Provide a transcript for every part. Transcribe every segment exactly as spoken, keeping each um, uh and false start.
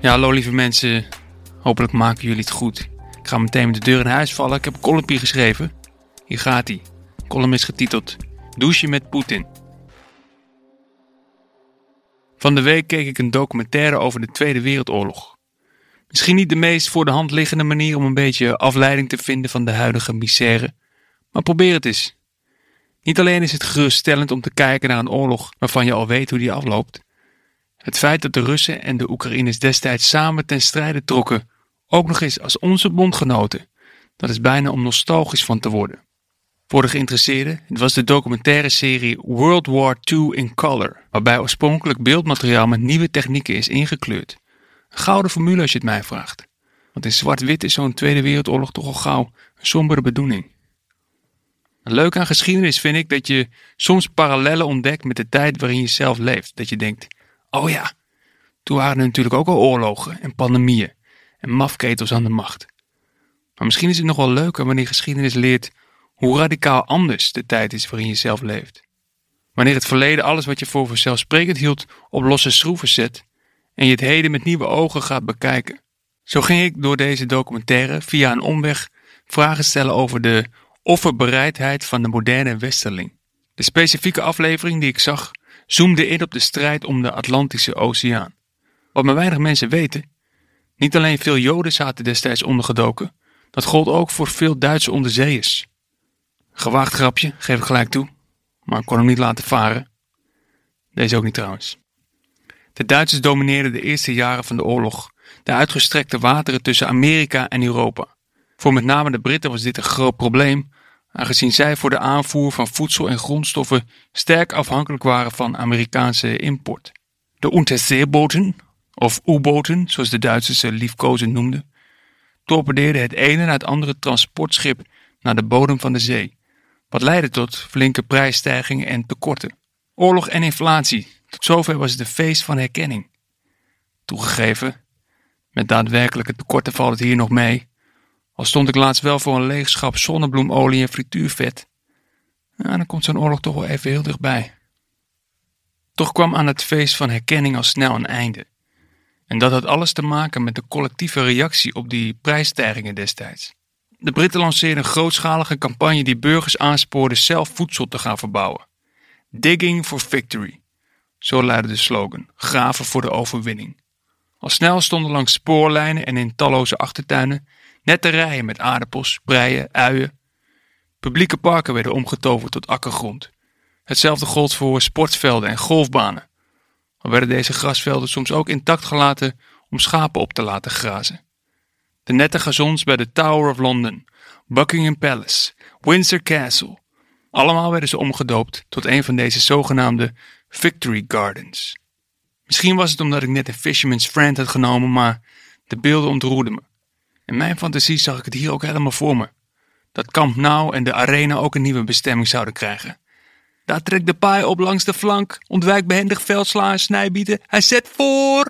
Ja, hallo lieve mensen. Hopelijk maken jullie het goed. Ik ga meteen met de deur in huis vallen. Ik heb een columnpje geschreven. Hier gaat ie. De column is getiteld Douchen met Poetin. Van de week keek ik een documentaire over de Tweede Wereldoorlog. Misschien niet de meest voor de hand liggende manier om een beetje afleiding te vinden van de huidige misère. Maar probeer het eens. Niet alleen is het geruststellend om te kijken naar een oorlog waarvan je al weet hoe die afloopt. Het feit dat de Russen en de Oekraïners destijds samen ten strijde trokken, ook nog eens als onze bondgenoten, dat is bijna om nostalgisch van te worden. Voor de geïnteresseerden, het was de documentaire serie World War Two in Color, waarbij oorspronkelijk beeldmateriaal met nieuwe technieken is ingekleurd. Een gouden formule als je het mij vraagt. Want in zwart-wit is zo'n Tweede Wereldoorlog toch al gauw een sombere bedoeling. Leuk aan geschiedenis vind ik dat je soms parallellen ontdekt met de tijd waarin je zelf leeft. Dat je denkt, oh ja, toen waren er natuurlijk ook al oorlogen en pandemieën en mafketels aan de macht. Maar misschien is het nog wel leuker wanneer geschiedenis leert hoe radicaal anders de tijd is waarin je zelf leeft. Wanneer het verleden alles wat je voor vanzelfsprekend hield op losse schroeven zet en je het heden met nieuwe ogen gaat bekijken. Zo ging ik door deze documentaire via een omweg vragen stellen over de offerbereidheid van de moderne westerling. De specifieke aflevering die ik zag zoomde in op de strijd om de Atlantische Oceaan. Wat maar weinig mensen weten, niet alleen veel Joden zaten destijds ondergedoken, dat gold ook voor veel Duitse onderzeeërs. Gewaagd grapje, geef ik gelijk toe, maar ik kon hem niet laten varen. Deze ook niet trouwens. De Duitsers domineerden de eerste jaren van de oorlog de uitgestrekte wateren tussen Amerika en Europa. Voor met name de Britten was dit een groot probleem, aangezien zij voor de aanvoer van voedsel en grondstoffen sterk afhankelijk waren van Amerikaanse import. De Unterseeboten, of U-boten, zoals de Duitsers ze liefkozend noemden, torpedeerden het ene na het andere transportschip naar de bodem van de zee, wat leidde tot flinke prijsstijgingen en tekorten. Oorlog en inflatie, tot zover was het een feest van herkenning. Toegegeven, met daadwerkelijke tekorten valt het hier nog mee. Al stond ik laatst wel voor een leeg schap zonnebloemolie en frituurvet. Nou, dan komt zo'n oorlog toch wel even heel dichtbij. Toch kwam aan het feest van herkenning al snel een einde. En dat had alles te maken met de collectieve reactie op die prijsstijgingen destijds. De Britten lanceerden een grootschalige campagne die burgers aanspoorde zelf voedsel te gaan verbouwen. Digging for victory. Zo luidde de slogan, graven voor de overwinning. Al snel stonden langs spoorlijnen en in talloze achtertuinen nette rijen met aardappels, preien, uien. Publieke parken werden omgetoverd tot akkergrond. Hetzelfde gold voor sportvelden en golfbanen. Al werden deze grasvelden soms ook intact gelaten om schapen op te laten grazen. De nette gazons bij de Tower of London, Buckingham Palace, Windsor Castle. Allemaal werden ze omgedoopt tot een van deze zogenaamde Victory Gardens. Misschien was het omdat ik net een Fisherman's Friend had genomen, maar de beelden ontroerden me. In mijn fantasie zag ik het hier ook helemaal voor me. Dat Camp Nou en de arena ook een nieuwe bestemming zouden krijgen. Daar trekt de paai op langs de flank, ontwijkt behendig veldsla en snijbieten. Hij zet voor!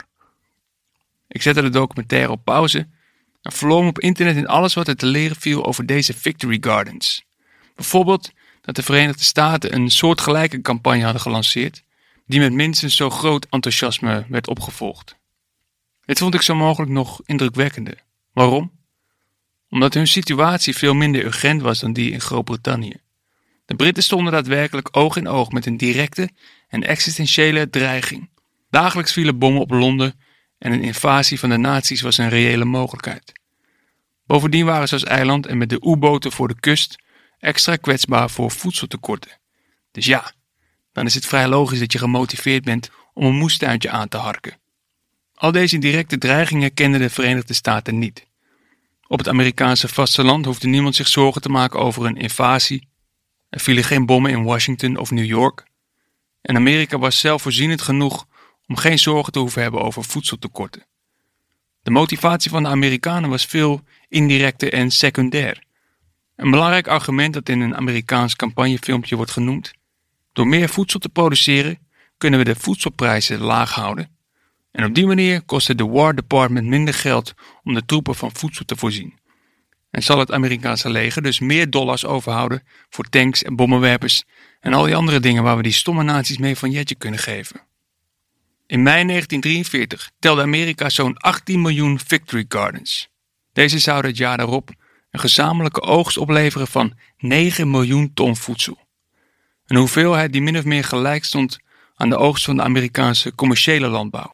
Ik zette de documentaire op pauze en verloor me op internet in alles wat er te leren viel over deze Victory Gardens. Bijvoorbeeld dat de Verenigde Staten een soortgelijke campagne hadden gelanceerd, die met minstens zo groot enthousiasme werd opgevolgd. Dit vond ik zo mogelijk nog indrukwekkender. Waarom? Omdat hun situatie veel minder urgent was dan die in Groot-Brittannië. De Britten stonden daadwerkelijk oog in oog met een directe en existentiële dreiging. Dagelijks vielen bommen op Londen en een invasie van de nazi's was een reële mogelijkheid. Bovendien waren ze als eiland en met de U-boten voor de kust extra kwetsbaar voor voedseltekorten. Dus ja, dan is het vrij logisch dat je gemotiveerd bent om een moestuintje aan te harken. Al deze directe dreigingen kenden de Verenigde Staten niet. Op het Amerikaanse vasteland hoefde niemand zich zorgen te maken over een invasie. Er vielen geen bommen in Washington of New York. En Amerika was zelfvoorzienend genoeg om geen zorgen te hoeven hebben over voedseltekorten. De motivatie van de Amerikanen was veel indirecter en secundair. Een belangrijk argument dat in een Amerikaans campagnefilmpje wordt genoemd: door meer voedsel te produceren kunnen we de voedselprijzen laag houden. En op die manier kost het de War Department minder geld om de troepen van voedsel te voorzien. En zal het Amerikaanse leger dus meer dollars overhouden voor tanks en bommenwerpers en al die andere dingen waar we die stomme naties mee van jetje kunnen geven. In mei negentien drieënveertig telde Amerika zo'n achttien miljoen Victory Gardens. Deze zouden het jaar daarop een gezamenlijke oogst opleveren van negen miljoen ton voedsel. Een hoeveelheid die min of meer gelijk stond aan de oogst van de Amerikaanse commerciële landbouw.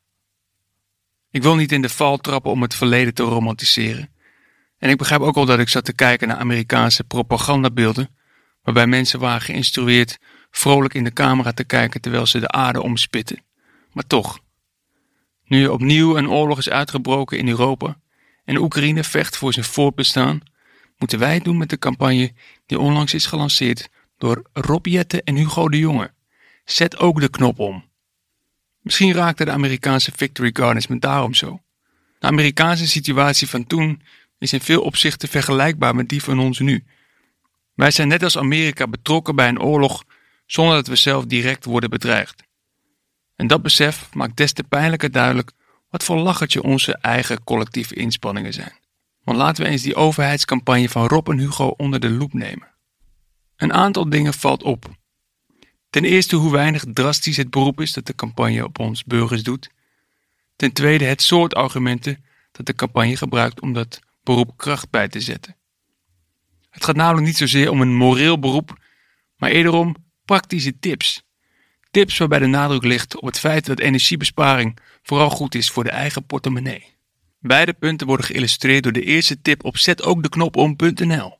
Ik wil niet in de val trappen om het verleden te romantiseren. En ik begrijp ook wel dat ik zat te kijken naar Amerikaanse propagandabeelden, waarbij mensen waren geïnstrueerd vrolijk in de camera te kijken terwijl ze de aarde omspitten. Maar toch, nu er opnieuw een oorlog is uitgebroken in Europa en Oekraïne vecht voor zijn voortbestaan, moeten wij het doen met de campagne die onlangs is gelanceerd door Rob Jetten en Hugo de Jonge. Zet ook de knop om. Misschien raakte de Amerikaanse Victory Gardens me daarom zo. De Amerikaanse situatie van toen is in veel opzichten vergelijkbaar met die van ons nu. Wij zijn net als Amerika betrokken bij een oorlog zonder dat we zelf direct worden bedreigd. En dat besef maakt des te pijnlijker duidelijk wat voor lachertje onze eigen collectieve inspanningen zijn. Want laten we eens die overheidscampagne van Rob en Hugo onder de loep nemen. Een aantal dingen valt op. Ten eerste hoe weinig drastisch het beroep is dat de campagne op ons burgers doet. Ten tweede het soort argumenten dat de campagne gebruikt om dat beroep kracht bij te zetten. Het gaat namelijk niet zozeer om een moreel beroep, maar eerder om praktische tips. Tips waarbij de nadruk ligt op het feit dat energiebesparing vooral goed is voor de eigen portemonnee. Beide punten worden geïllustreerd door de eerste tip op zet ook de knop om punt n l.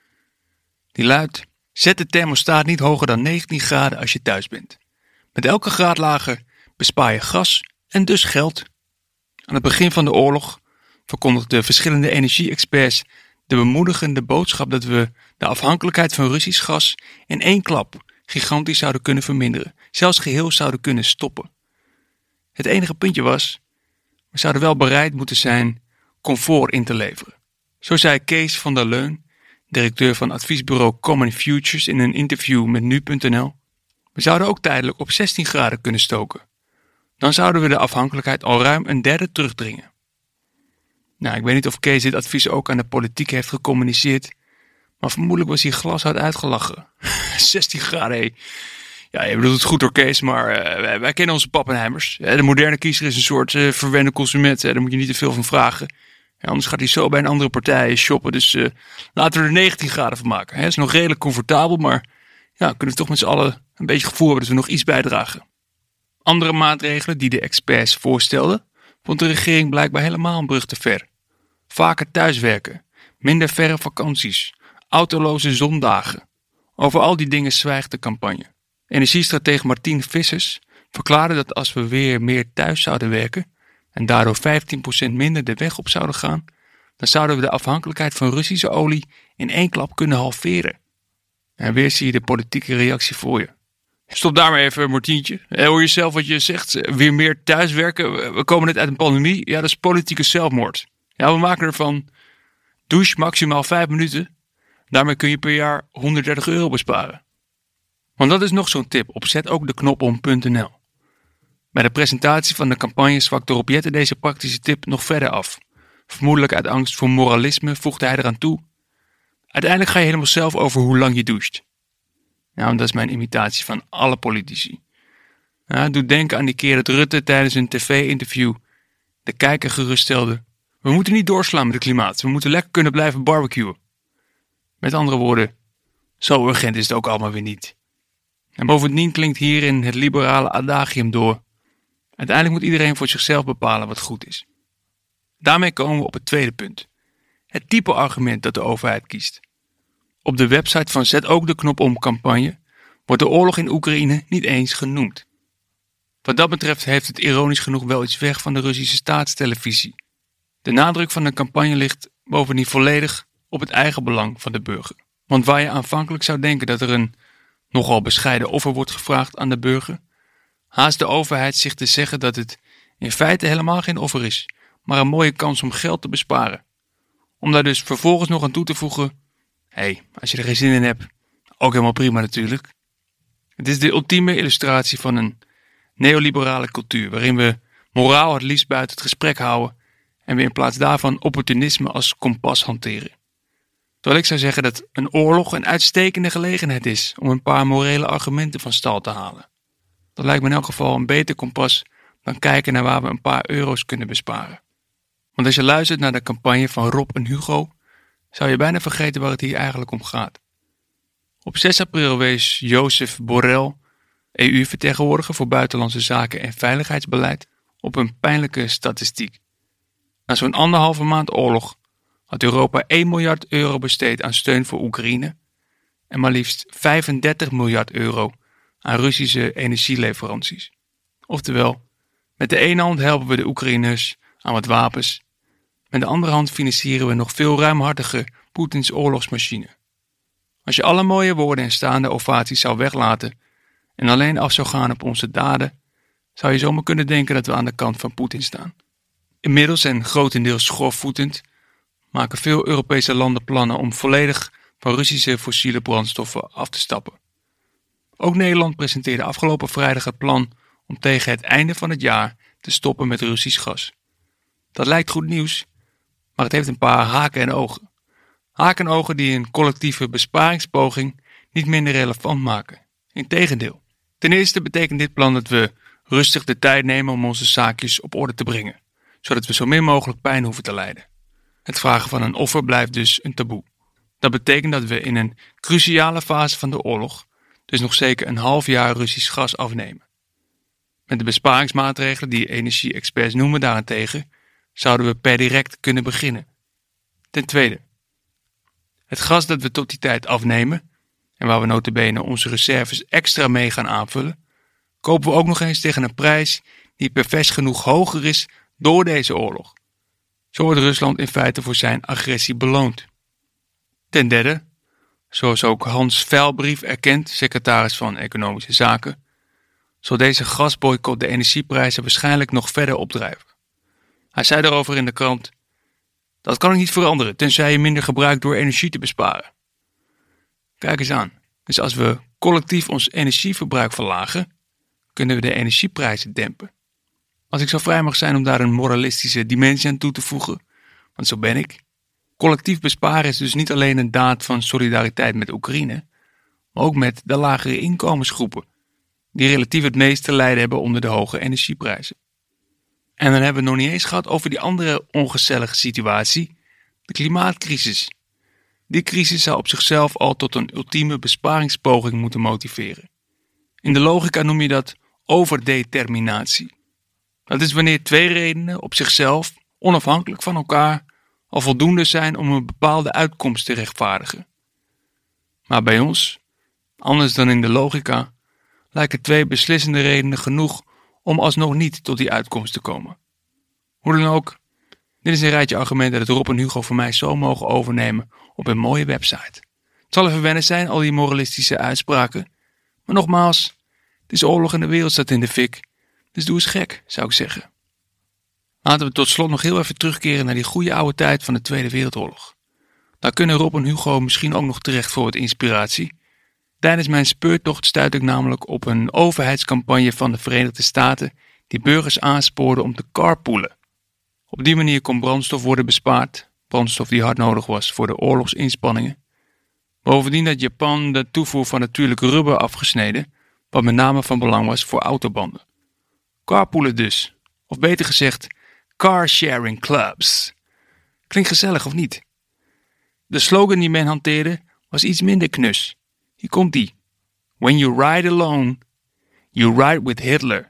Die luidt: zet de thermostaat niet hoger dan negentien graden als je thuis bent. Met elke graad lager bespaar je gas en dus geld. Aan het begin van de oorlog verkondigden verschillende energie-experts de bemoedigende boodschap dat we de afhankelijkheid van Russisch gas in één klap gigantisch zouden kunnen verminderen, zelfs geheel zouden kunnen stoppen. Het enige puntje was, we zouden wel bereid moeten zijn comfort in te leveren. Zo zei Kees van der Leun, directeur van adviesbureau Common Futures in een interview met nu punt n l. We zouden ook tijdelijk op zestien graden kunnen stoken. Dan zouden we de afhankelijkheid al ruim een derde terugdringen. Nou, ik weet niet of Kees dit advies ook aan de politiek heeft gecommuniceerd, maar vermoedelijk was hij glashard uitgelachen. zestien graden, hé. Ja, je bedoelt het goed hoor, Kees, maar uh, wij, wij kennen onze pappenheimers. De moderne kiezer is een soort uh, verwende consument, hè. Daar moet je niet te veel van vragen. Ja, anders gaat hij zo bij een andere partij shoppen, dus uh, laten we er negentien graden van maken. Het is nog redelijk comfortabel, maar ja, we kunnen toch met z'n allen een beetje gevoel hebben dat we nog iets bijdragen. Andere maatregelen die de experts voorstelden, vond de regering blijkbaar helemaal een brug te ver. Vaker thuiswerken, minder verre vakanties, autoloze zondagen. Over al die dingen zwijgt de campagne. Energiestratege Martien Vissers verklaarde dat als we weer meer thuis zouden werken en daardoor vijftien procent minder de weg op zouden gaan, dan zouden we de afhankelijkheid van Russische olie in één klap kunnen halveren. En weer zie je de politieke reactie voor je. Stop daar maar even, Martientje. Hoor je zelf wat je zegt? Weer meer thuiswerken? We komen net uit een pandemie. Ja, dat is politieke zelfmoord. Ja, we maken ervan douche maximaal vijf minuten. Daarmee kun je per jaar honderddertig euro besparen. Want dat is nog zo'n tip op zet ook de knop om punt n l. Bij de presentatie van de campagne zwakte Rob Jetten deze praktische tip nog verder af. Vermoedelijk uit angst voor moralisme voegde hij eraan toe: uiteindelijk ga je helemaal zelf over hoe lang je doucht. Nou, dat is mijn imitatie van alle politici. Ja, het doet denken aan die keer dat Rutte tijdens een tv-interview de kijker geruststelde: we moeten niet doorslaan met het klimaat, we moeten lekker kunnen blijven barbecuen. Met andere woorden, zo urgent is het ook allemaal weer niet. En bovendien klinkt hierin het liberale adagium door: uiteindelijk moet iedereen voor zichzelf bepalen wat goed is. Daarmee komen we op het tweede punt. Het type argument dat de overheid kiest. Op de website van Zet ook de knop om campagne wordt de oorlog in Oekraïne niet eens genoemd. Wat dat betreft heeft het ironisch genoeg wel iets weg van de Russische staatstelevisie. De nadruk van de campagne ligt bovendien volledig op het eigen belang van de burger. Want waar je aanvankelijk zou denken dat er een nogal bescheiden offer wordt gevraagd aan de burger, haast de overheid zich te zeggen dat het in feite helemaal geen offer is, maar een mooie kans om geld te besparen. Om daar dus vervolgens nog aan toe te voegen: hé, hey, als je er geen zin in hebt, ook helemaal prima natuurlijk. Het is de ultieme illustratie van een neoliberale cultuur, waarin we moraal het liefst buiten het gesprek houden en we in plaats daarvan opportunisme als kompas hanteren. Terwijl ik zou zeggen dat een oorlog een uitstekende gelegenheid is om een paar morele argumenten van stal te halen. Dat lijkt me in elk geval een beter kompas dan kijken naar waar we een paar euro's kunnen besparen. Want als je luistert naar de campagne van Rob en Hugo, zou je bijna vergeten waar het hier eigenlijk om gaat. Op zes april wees Josep Borrell, E U-vertegenwoordiger voor buitenlandse zaken en veiligheidsbeleid, op een pijnlijke statistiek. Na zo'n anderhalve maand oorlog had Europa één miljard euro besteed aan steun voor Oekraïne en maar liefst vijfendertig miljard euro aan Russische energieleveranties. Oftewel, met de ene hand helpen we de Oekraïners aan wat wapens, met de andere hand financieren we nog veel ruimhartiger Poetins oorlogsmachine. Als je alle mooie woorden en staande ovaties zou weglaten en alleen af zou gaan op onze daden, zou je zomaar kunnen denken dat we aan de kant van Poetin staan. Inmiddels en grotendeels schoorvoetend maken veel Europese landen plannen om volledig van Russische fossiele brandstoffen af te stappen. Ook Nederland presenteerde afgelopen vrijdag het plan om tegen het einde van het jaar te stoppen met Russisch gas. Dat lijkt goed nieuws, maar het heeft een paar haken en ogen. Haken en ogen die een collectieve besparingspoging niet minder relevant maken. Integendeel. Ten eerste betekent dit plan dat we rustig de tijd nemen om onze zaakjes op orde te brengen, zodat we zo min mogelijk pijn hoeven te lijden. Het vragen van een offer blijft dus een taboe. Dat betekent dat we in een cruciale fase van de oorlog dus nog zeker een half jaar Russisch gas afnemen. Met de besparingsmaatregelen die energie-experts noemen daarentegen, zouden we per direct kunnen beginnen. Ten tweede, het gas dat we tot die tijd afnemen, en waar we nota bene onze reserves extra mee gaan aanvullen, kopen we ook nog eens tegen een prijs die pervers genoeg hoger is door deze oorlog. Zo wordt Rusland in feite voor zijn agressie beloond. Ten derde, zoals ook Hans Veilbrief erkent, secretaris van Economische Zaken, zal deze gasboycott de energieprijzen waarschijnlijk nog verder opdrijven. Hij zei daarover in de krant: dat kan ik niet veranderen, tenzij je minder gebruikt door energie te besparen. Kijk eens aan. Dus als we collectief ons energieverbruik verlagen, kunnen we de energieprijzen dempen. Als ik zo vrij mag zijn om daar een moralistische dimensie aan toe te voegen, want zo ben ik. Collectief besparen is dus niet alleen een daad van solidariteit met Oekraïne, maar ook met de lagere inkomensgroepen, die relatief het meest te lijden hebben onder de hoge energieprijzen. En dan hebben we het nog niet eens gehad over die andere ongezellige situatie, de klimaatcrisis. Die crisis zou op zichzelf al tot een ultieme besparingspoging moeten motiveren. In de logica noem je dat overdeterminatie. Dat is wanneer twee redenen op zichzelf, onafhankelijk van elkaar, al voldoende zijn om een bepaalde uitkomst te rechtvaardigen. Maar bij ons, anders dan in de logica, lijken twee beslissende redenen genoeg om alsnog niet tot die uitkomst te komen. Hoe dan ook, dit is een rijtje argumenten dat Rob en Hugo voor mij zo mogen overnemen op een mooie website. Het zal even wennen zijn, al die moralistische uitspraken, maar nogmaals, het is oorlog en de wereld staat in de fik, dus doe eens gek, zou ik zeggen. Laten we tot slot nog heel even terugkeren naar die goede oude tijd van de Tweede Wereldoorlog. Daar kunnen Rob en Hugo misschien ook nog terecht voor wat inspiratie. Tijdens mijn speurtocht stuit ik namelijk op een overheidscampagne van de Verenigde Staten die burgers aanspoorde om te carpoolen. Op die manier kon brandstof worden bespaard, brandstof die hard nodig was voor de oorlogsinspanningen. Bovendien had Japan de toevoer van natuurlijk rubber afgesneden, wat met name van belang was voor autobanden. Carpoolen dus, of beter gezegd, carsharing clubs. Klinkt gezellig of niet? De slogan die men hanteerde was iets minder knus. Hier komt die. When you ride alone, you ride with Hitler.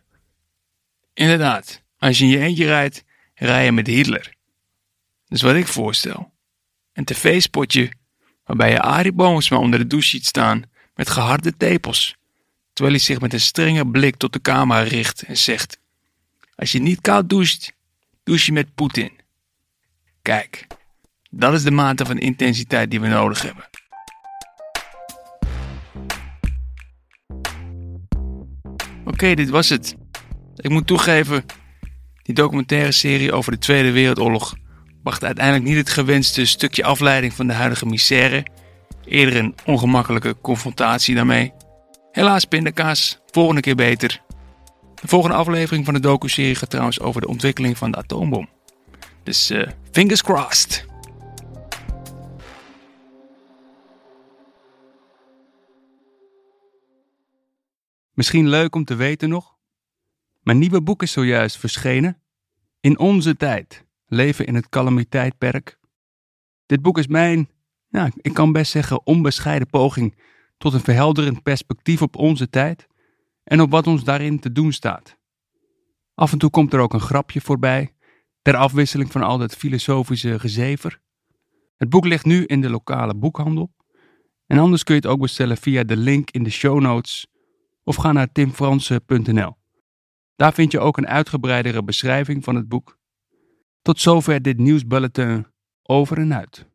Inderdaad, als je in je eentje rijdt, rij je met Hitler. Dat is wat ik voorstel. Een tv-spotje waarbij je Arie Boomsma onder de douche ziet staan met geharde tepels, terwijl hij zich met een strenge blik tot de camera richt en zegt: als je niet koud doucht, douche je met Poetin. Kijk, dat is de mate van intensiteit die we nodig hebben. Oké, okay, dit was het. Ik moet toegeven, die documentaire serie over de Tweede Wereldoorlog bracht uiteindelijk niet het gewenste stukje afleiding van de huidige misère, eerder een ongemakkelijke confrontatie daarmee. Helaas pindakaas, volgende keer beter. De volgende aflevering van de docu-serie gaat trouwens over de ontwikkeling van de atoombom. Dus uh, fingers crossed. Misschien leuk om te weten nog. Mijn nieuwe boek is zojuist verschenen. In onze tijd. Leven in het calamiteitperk. Dit boek is mijn, nou, ik kan best zeggen, onbescheiden poging tot een verhelderend perspectief op onze tijd en op wat ons daarin te doen staat. Af en toe komt er ook een grapje voorbij, ter afwisseling van al dat filosofische gezever. Het boek ligt nu in de lokale boekhandel. En anders kun je het ook bestellen via de link in de show notes of ga naar tim fransen punt n l. Daar vind je ook een uitgebreidere beschrijving van het boek. Tot zover dit nieuwsbulletin over en uit.